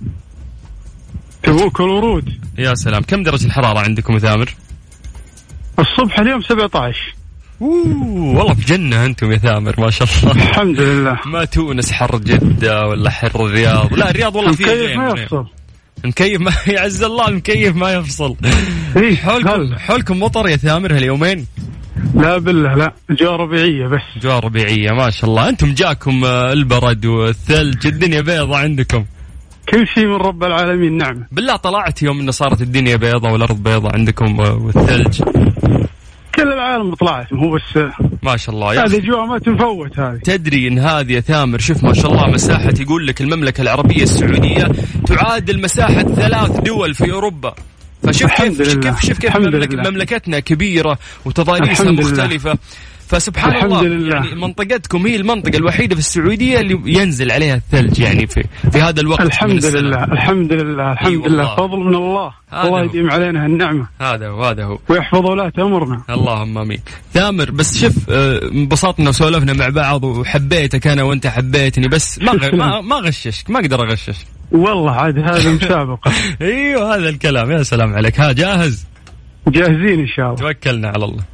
تبوك الورود. يا سلام. كم درجة الحرارة عندكم يا ثامر؟ الصبح اليوم 17. والله في جنة أنتم يا ثامر ما شاء الله. الحمد لله. ما تونس حر جدة ولا حر الرياض. لا الرياض والله فيه مكيف ما يفصل. مكيف ما يعز الله. المكيف ما يفصل. حولكم مطر يا ثامر هاليومين؟ لا بالله لا، جوة ربيعية بس. جوة ربيعية ما شاء الله. أنتم جاكم البرد والثلج. الدنيا بيضة عندكم. كل شيء من رب العالمين. نعم بالله طلعت يوم إن صارت الدنيا بيضة والأرض بيضة عندكم والثلج؟ كل العالم طلعت مو بس. ما شاء الله. هذه جوا ما تنفوت هذه. تدري إن هذه يا ثامر شوف ما شاء الله مساحة يقول لك المملكة العربية السعودية تعادل مساحة 3 دول في أوروبا. فشوف كيف مملكتنا كبيرة وتضاريسها مختلفة. فسبحان الله يعني منطقتكم هي المنطقة الوحيدة في السعودية اللي ينزل عليها الثلج يعني في هذا الوقت. الحمد لله فضل من الله. الله يديم علينا النعمة. هذا هو ويحفظ ولاة أمرنا. اللهم آمين. ثامر بس شوف انبسطنا وسولفنا مع بعض وحبيتك أنا وأنت حبيتني بس ما غششك ما أقدر أغشش والله عاد هذا مسابقة. ايوه هذا الكلام. يا سلام عليك. ها جاهز؟ جاهزين إن شاء الله. توكلنا على الله.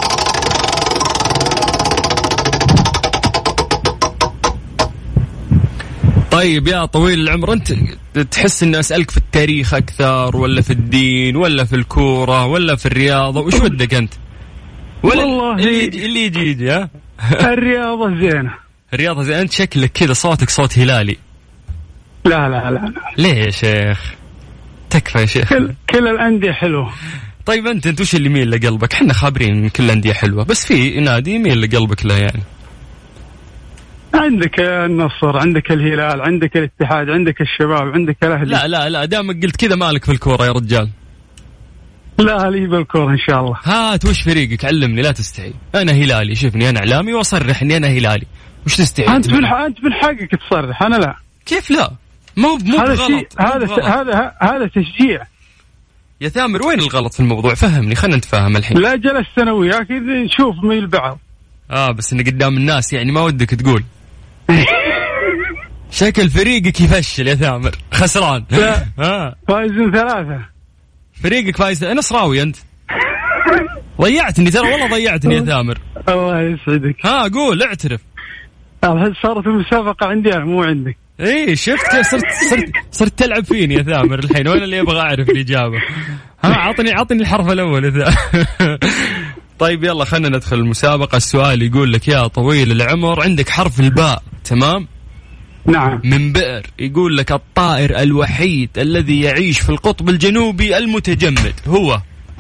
طيب يا طويل العمر أنت تحس إني أسألك في التاريخ أكثر ولا في الدين ولا في الكورة ولا في الرياضة؟ وش ودك أنت؟ والله اللي يجي ها؟ الرياضة زينة. الرياضة زينة. أنت شكلك كذا صوتك صوت هلالي. لا ليه يا شيخ؟ تكفى يا شيخ. كل الأندية حلوة. طيب أنت وش اللي يميل لقلبك؟ حنا خابرين من كل الأندية حلوة بس في نادي يميل لقلبك له يعني. عندك النصر، عندك الهلال، عندك الاتحاد، عندك الشباب، عندك الأهلي. لا دامك قلت كذا مالك في الكورة يا رجال. لا لي بالكورة إن شاء الله. هات وش فريقك؟ علمني لا تستحي. أنا هلالي شوفني أنا إعلامي وأصرح إني أنا هلالي. وش تستحي؟ أنت من حقك تصرح أنا لا. كيف لا؟ مو غلط. هذا تشجيع يا ثامر. وين الغلط في الموضوع؟ فهمني خلنا نتفاهم الحين. لا جلس سنوية كذا نشوف ميل بعض. بس إن قدام الناس يعني ما ودك تقول. شكل فريقك يفشل يا ثامر. خسران. فايزين 3. فريقك فايز. نصراوي أنت. ضيعتني ترى والله ضيعتني يا ثامر. الله يسعدك. قول اعترف. صارت المسابقة عندي أنا مو عندك. ايه شفت كيف صرت تلعب فيني يا ثامر الحين. وانا اللي ابغى اعرف الاجابه. عطني الحرف الاول. طيب يلا خلنا ندخل المسابقه. السؤال يقول لك يا طويل العمر عندك حرف الباء تمام؟ نعم. من بئر. يقول لك الطائر الوحيد الذي يعيش في القطب الجنوبي المتجمد هو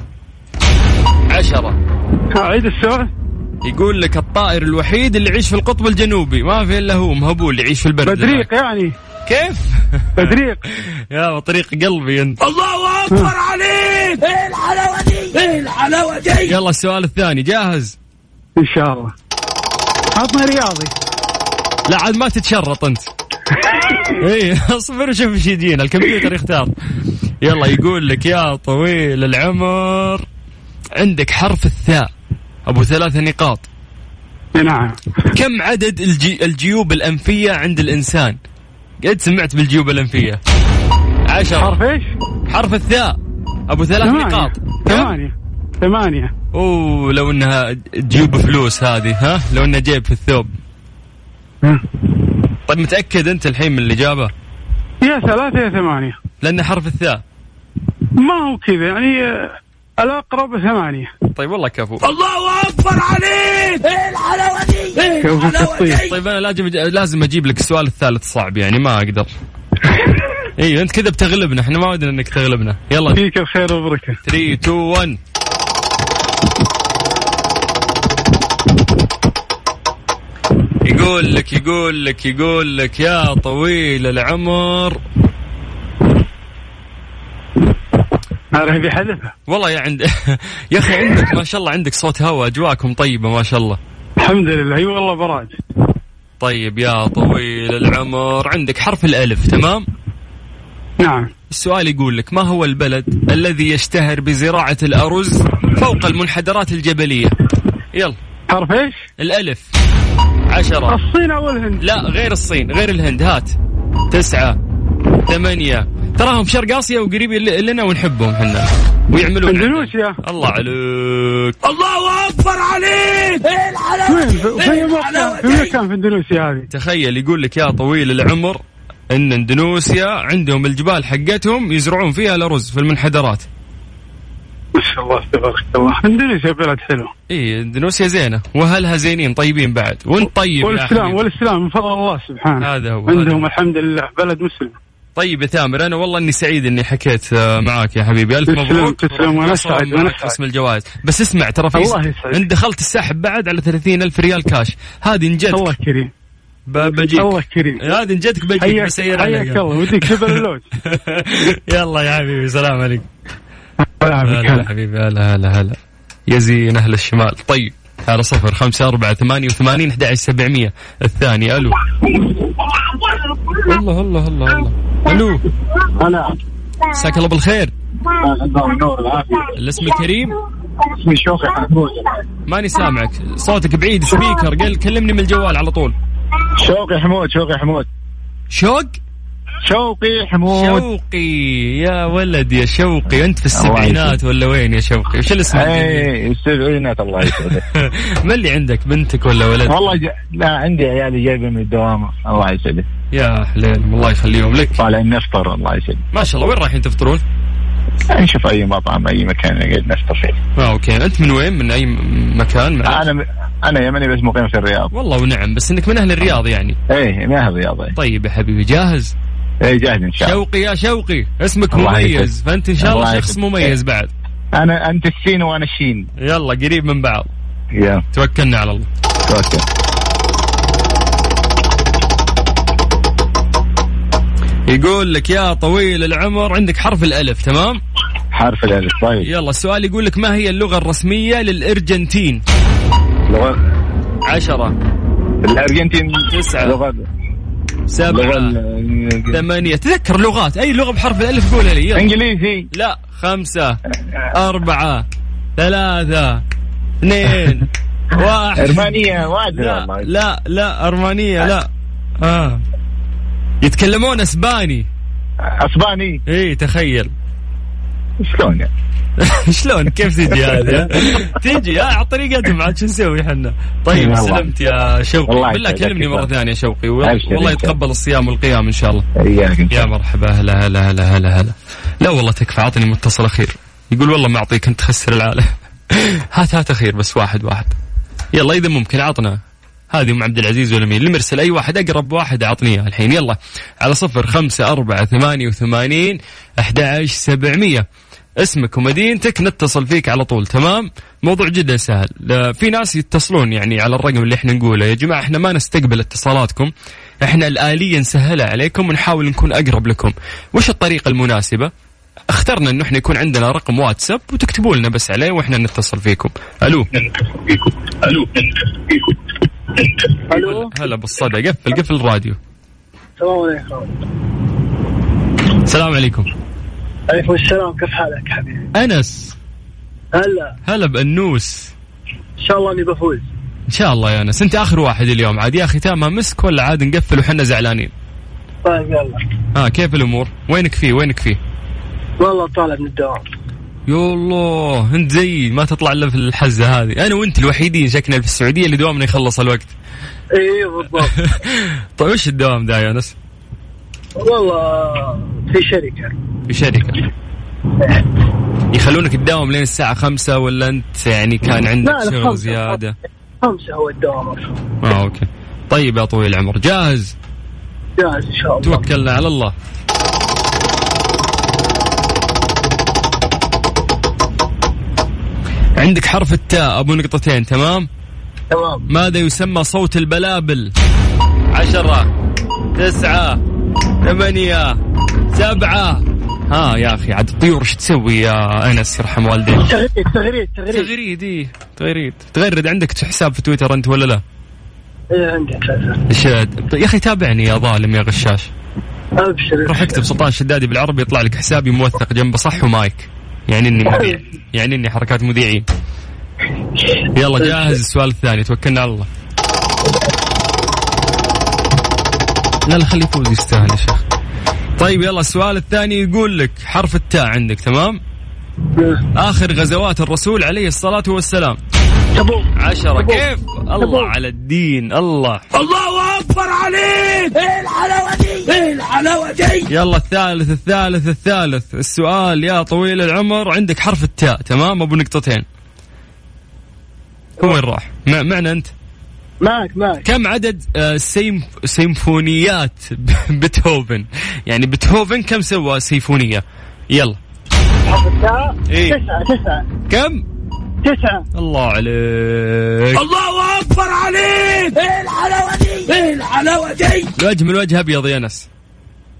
10. أعيد السؤال. يقول لك الطائر الوحيد اللي يعيش في القطب الجنوبي ما في إلا هو مهبول اللي يعيش في البرد. بدريق يعني. كيف؟ بدريق. يا طريق قلبي أنت. الله أكبر عليك. إيه الحلاوة دي. يلا السؤال الثاني. جاهز؟ إن شاء الله. عطنا رياضي. لا عاد ما تتشرط أنت. إيه اصبر وشوف ايش يجينا الكمبيوتر يختار. يلا يقول لك يا طويل العمر عندك حرف الثاء أبو 3 نقاط. نعم. كم عدد الجيوب الأنفية عند الإنسان؟ قد سمعت بالجيوب الأنفية؟ 10. حرف إيش؟ حرف الثاء أبو 3 نقاط. 8. أوه لو إنها جيوب فلوس هذه لو إنها جيب في الثوب. طيب متأكد أنت الحين من الإجابة؟ يا 3 يا 8. لأن حرف الثاء ما هو كذا يعني الأقرب 8. طيب والله كفو. الله أكبر عليك. إيه الحلاوة دي. طيب أنا لازم أجيب لك السؤال الثالث صعب يعني ما أقدر. إيه أنت كذا بتغلبنا. إحنا ما ودنا إنك تغلبنا. يلا فيك الخير وبركة. 3 2 1. يقول لك يا طويل العمر أنا بحذفها والله يا أخي عندك ما شاء الله عندك صوت هوا. أجواكم طيبة ما شاء الله. الحمد لله. أي والله براد. طيب يا طويل العمر عندك حرف الألف تمام؟ نعم. السؤال يقول لك ما هو البلد الذي يشتهر بزراعة الأرز فوق المنحدرات الجبلية؟ يلا. حرف إيش؟ الألف. 10. الصين أو الهند؟ لا غير الصين غير الهند. هات 9 8. تراهم شرق آسيا وقريب لنا ونحبهم حنا ويعملون. اندونيسيا. الله عليك. الله أكبر عليك. إيه الحلاوة في مكان في اندونيسيا هذه. تخيل يقول لك يا طويل العمر إن اندونيسيا عندهم الجبال حقتهم يزرعون فيها الأرز في المنحدرات. ما شاء الله تبارك الله. اندونيسيا بلد حلو. إيه اندونيسيا زينة وأهلها زينين طيبين بعد. وانت طيب والإسلام من فضل الله سبحانه. هذا هو. عندهم الحمد لله بلد مسلم. طيب يا ثامر أنا والله إني سعيد إني حكيت معاك يا حبيبي. ألف مبروك. تسلم وأنا سعيد اسم الجوائز. بس اسمع ترى في أنت دخلت السحب بعد على 30,000 ريال كاش. هذه نجتك. الله كريم. بجيك. الله كريم. هذه نجتك بجيك بسير عليك. حياك الله وديك جبل اللوز. يلا يا حبيبي سلام عليكم. هلا حبيبي هلا يزين أهل الشمال. طيب على 0548811700 الثاني. ألو الله ألو هلا مساك الله بالخير. نور العافية. الاسم الكريم؟ اسمي شوقي حمود. ماني سامعك صوتك بعيد سبيكر. قل كلمني من الجوال على طول. شوقي حمود شوقي يا ولد يا شوقي. أنت في السبعينات ولا وين يا شوقي؟ وش الاسم؟ السبعينات الله يسعدك. ما اللي عندك بنتك ولا ولد؟ والله لا عندي عيالي جايبين من الدوام الله يسعدك. يا حليل الله يخليهم لك. طالعين نفطر الله يسعدك. ما شاء الله. وين رايحين تفطرون؟ نشوف أي مطعم أي مكان نقعد نفطر فيه. أوكي. أنت من وين؟ من أي مكان؟ أنا يمني بس مقيم في الرياض. والله ونعم. بس إنك من أهل الرياض يعني؟ إيه من أهل الرياض. طيب يا حبيبي جاهز؟ إيه جاهز إن شاء الله. شوقي يا شوقي اسمك مميز فأنت إن شاء الله شخص مميز بعد. أنت السين وأنا الشين. يلا قريب من بعض. يلا توكلنا على الله. توكل. يقول لك يا طويل العمر عندك حرف الألف. تمام؟ حرف الألف. طيب يلا السؤال يقول لك ما هي اللغة الرسمية للأرجنتين؟ لغة 10 الأرجنتين 9 لغة 7 8. تذكر لغات. أي لغة بحرف الألف قولها لي. إنجليزي. لا 5 4 3 2 1. أرمانية. لا أرمانية لا. يتكلمون اسباني. ايه تخيل. شلون يعني؟ شلون كيف تجي هذا؟ تجي على طريقتهم عاد شو نسوي احنا. طيب سلمت يا شوقي. بالله كلمني مرة ثانية يا شوقي. والله يتقبل الصيام والقيام ان شاء الله. يا مرحبا. هلا. لا والله تكفى. عطني متصل اخير. يقول والله ما اعطيك انت تخسر العالم. هات اخير بس واحد. يلا اذا ممكن عطنا هذه أم عبد العزيز ولا مين اللي مرسل. أي واحد أقرب واحد أعطنيه الحين. يلا على 0548811700 اسمك ومدينتك نتصل فيك على طول. تمام؟ موضوع جدا سهل. في ناس يتصلون يعني على الرقم اللي احنا نقوله. يا جماعة احنا ما نستقبل اتصالاتكم. احنا الآلية نسهلها عليكم ونحاول نكون أقرب لكم. وش الطريقة المناسبة؟ اخترنا انه احنا يكون عندنا رقم واتساب وتكتبوا لنا بس عليه واحنا نتصل فيكم. الو هلا بالصدى. قفل الراديو. السلام عليكم. عليكم السلام. كيف حالك حبيبي؟ أنس. هلا بأنوس. إن شاء الله أني بفوز. إن شاء الله يا أنس. أنت آخر واحد اليوم عاد يا أخي. تامها مسك ولا عاد نقفل وحنا زعلانين؟ طيب يلا. كيف الأمور؟ وينك فيه؟ والله طالع من الدوام. يالله أنت زي ما تطلع إلا في الحزة هذه. أنا وأنت الوحيدين شكلنا في السعودية اللي دوامنا يخلص الوقت. إيه بالضبط. طيب وش الدوام ده يا أنس؟ والله في شركة. يخلونك تداوم لين الساعة 5 ولا أنت يعني كان عندك شغل زيادة؟ 5 هو الدوام. أوكي. طيب يا طويل العمر جاهز إن شاء الله. توكلنا على الله. عندك حرف التاء أبو نقطتين. تمام. ماذا يسمى صوت البلابل؟ 10 9 8 7. يا أخي عاد الطيور إيش تسوي يا أنس يرحم والديك؟ تغرد. عندك حساب في تويتر أنت ولا لا؟ إيه عندي حساب. يا أخي تابعني يا ظالم يا غشاش. أبشر. روح اكتب سلطان الشدادي بالعربي يطلع لك حسابي موثق جنبه صح ومايك. يعني إني مذيع. يعني إني حركات مذيعين. يلا جاهز السؤال الثاني. توكلنا على الله. لا خليه يفوز يستاهل يا شيخ. طيب يلا السؤال الثاني يقول لك حرف التاء عندك. تمام؟ آخر غزوات الرسول عليه الصلاة والسلام. 10. كيف؟ الله على الدين. الله أكبر عليك. ايه الحلاوة دي. يلا الثالث. السؤال يا طويل العمر عندك حرف التاء. تمام أبو نقطتين. هو وين راح؟ معنا أنت؟ معك. كم عدد سيمفونيات بيتهوفن؟ يعني بيتهوفن كم سوى سيمفونية؟ يلا. إيه؟ 9. كم؟ 9. الله عليك. الله أكبر عليك. ايه الحلاوة دي. الوجه من الوجه أبيض يا ناس.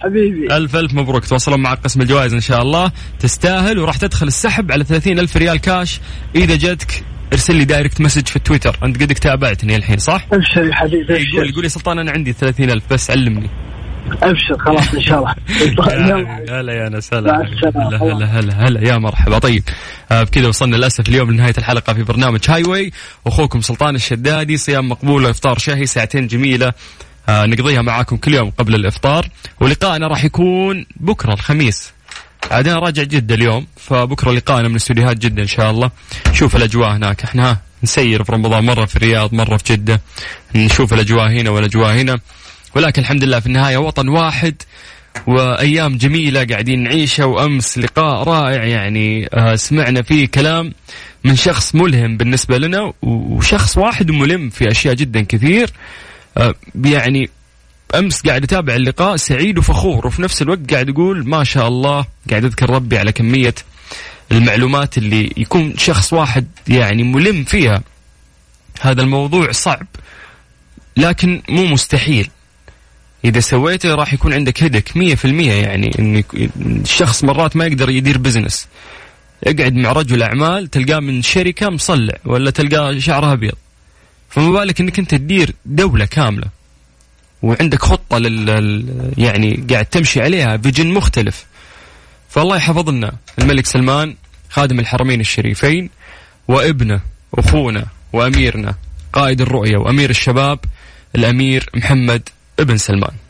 حبيبي. ألف مبروك، تواصلون مع قسم الجوائز إن شاء الله، تستاهل، وراح تدخل السحب على 30,000 ريال كاش. إذا جاتك ارسل لي دايركت مسج في تويتر. أنت قدك تابعتني الحين صح؟ أبشر يا حبيبي. يقول لي سلطان أنا عندي 30,000 بس علمني. أبشر خلاص إن شاء الله. هلا يا ناس، هلا يا مرحبا. طيب بكذا وصلنا للأسف اليوم لنهاية الحلقة في برنامج هاي واي. أخوكم سلطان الشدادي، صيام مقبول وإفطار شهي، ساعتين جميلة نقضيها معاكم كل يوم قبل الإفطار. ولقائنا راح يكون بكرة الخميس، عادنا راجع جدة اليوم، فبكرة لقائنا من استوديوهات جدة إن شاء الله. شوف الأجواء هناك، احنا نسير في رمضان، مرة في الرياض مرة في جدة، نشوف الأجواء هنا والأجواء هنا، ولكن الحمد لله في النهاية وطن واحد وأيام جميلة قاعدين نعيشها. وأمس لقاء رائع يعني سمعنا فيه كلام من شخص ملهم بالنسبة لنا، وشخص واحد ملم في أشياء جدا كثير. يعني أمس قاعد أتابع اللقاء سعيد وفخور، وفي نفس الوقت قاعد أقول ما شاء الله، قاعد أذكر ربي على كمية المعلومات اللي يكون شخص واحد يعني ملم فيها. هذا الموضوع صعب لكن مو مستحيل، إذا سويته راح يكون عندك هدك 100%. يعني إن الشخص مرات ما يقدر يدير بزنس، اقعد مع رجل أعمال تلقاه من شركة مصلع ولا تلقاه شعره أبيض، فما بالك إنك أنت تدير دولة كاملة وعندك خطة يعني قاعد تمشي عليها فيجن مختلف. فالله يحفظ لنا الملك سلمان خادم الحرمين الشريفين، وابنه أخونا وأميرنا قائد الرؤية وأمير الشباب الأمير محمد ابن سلمان.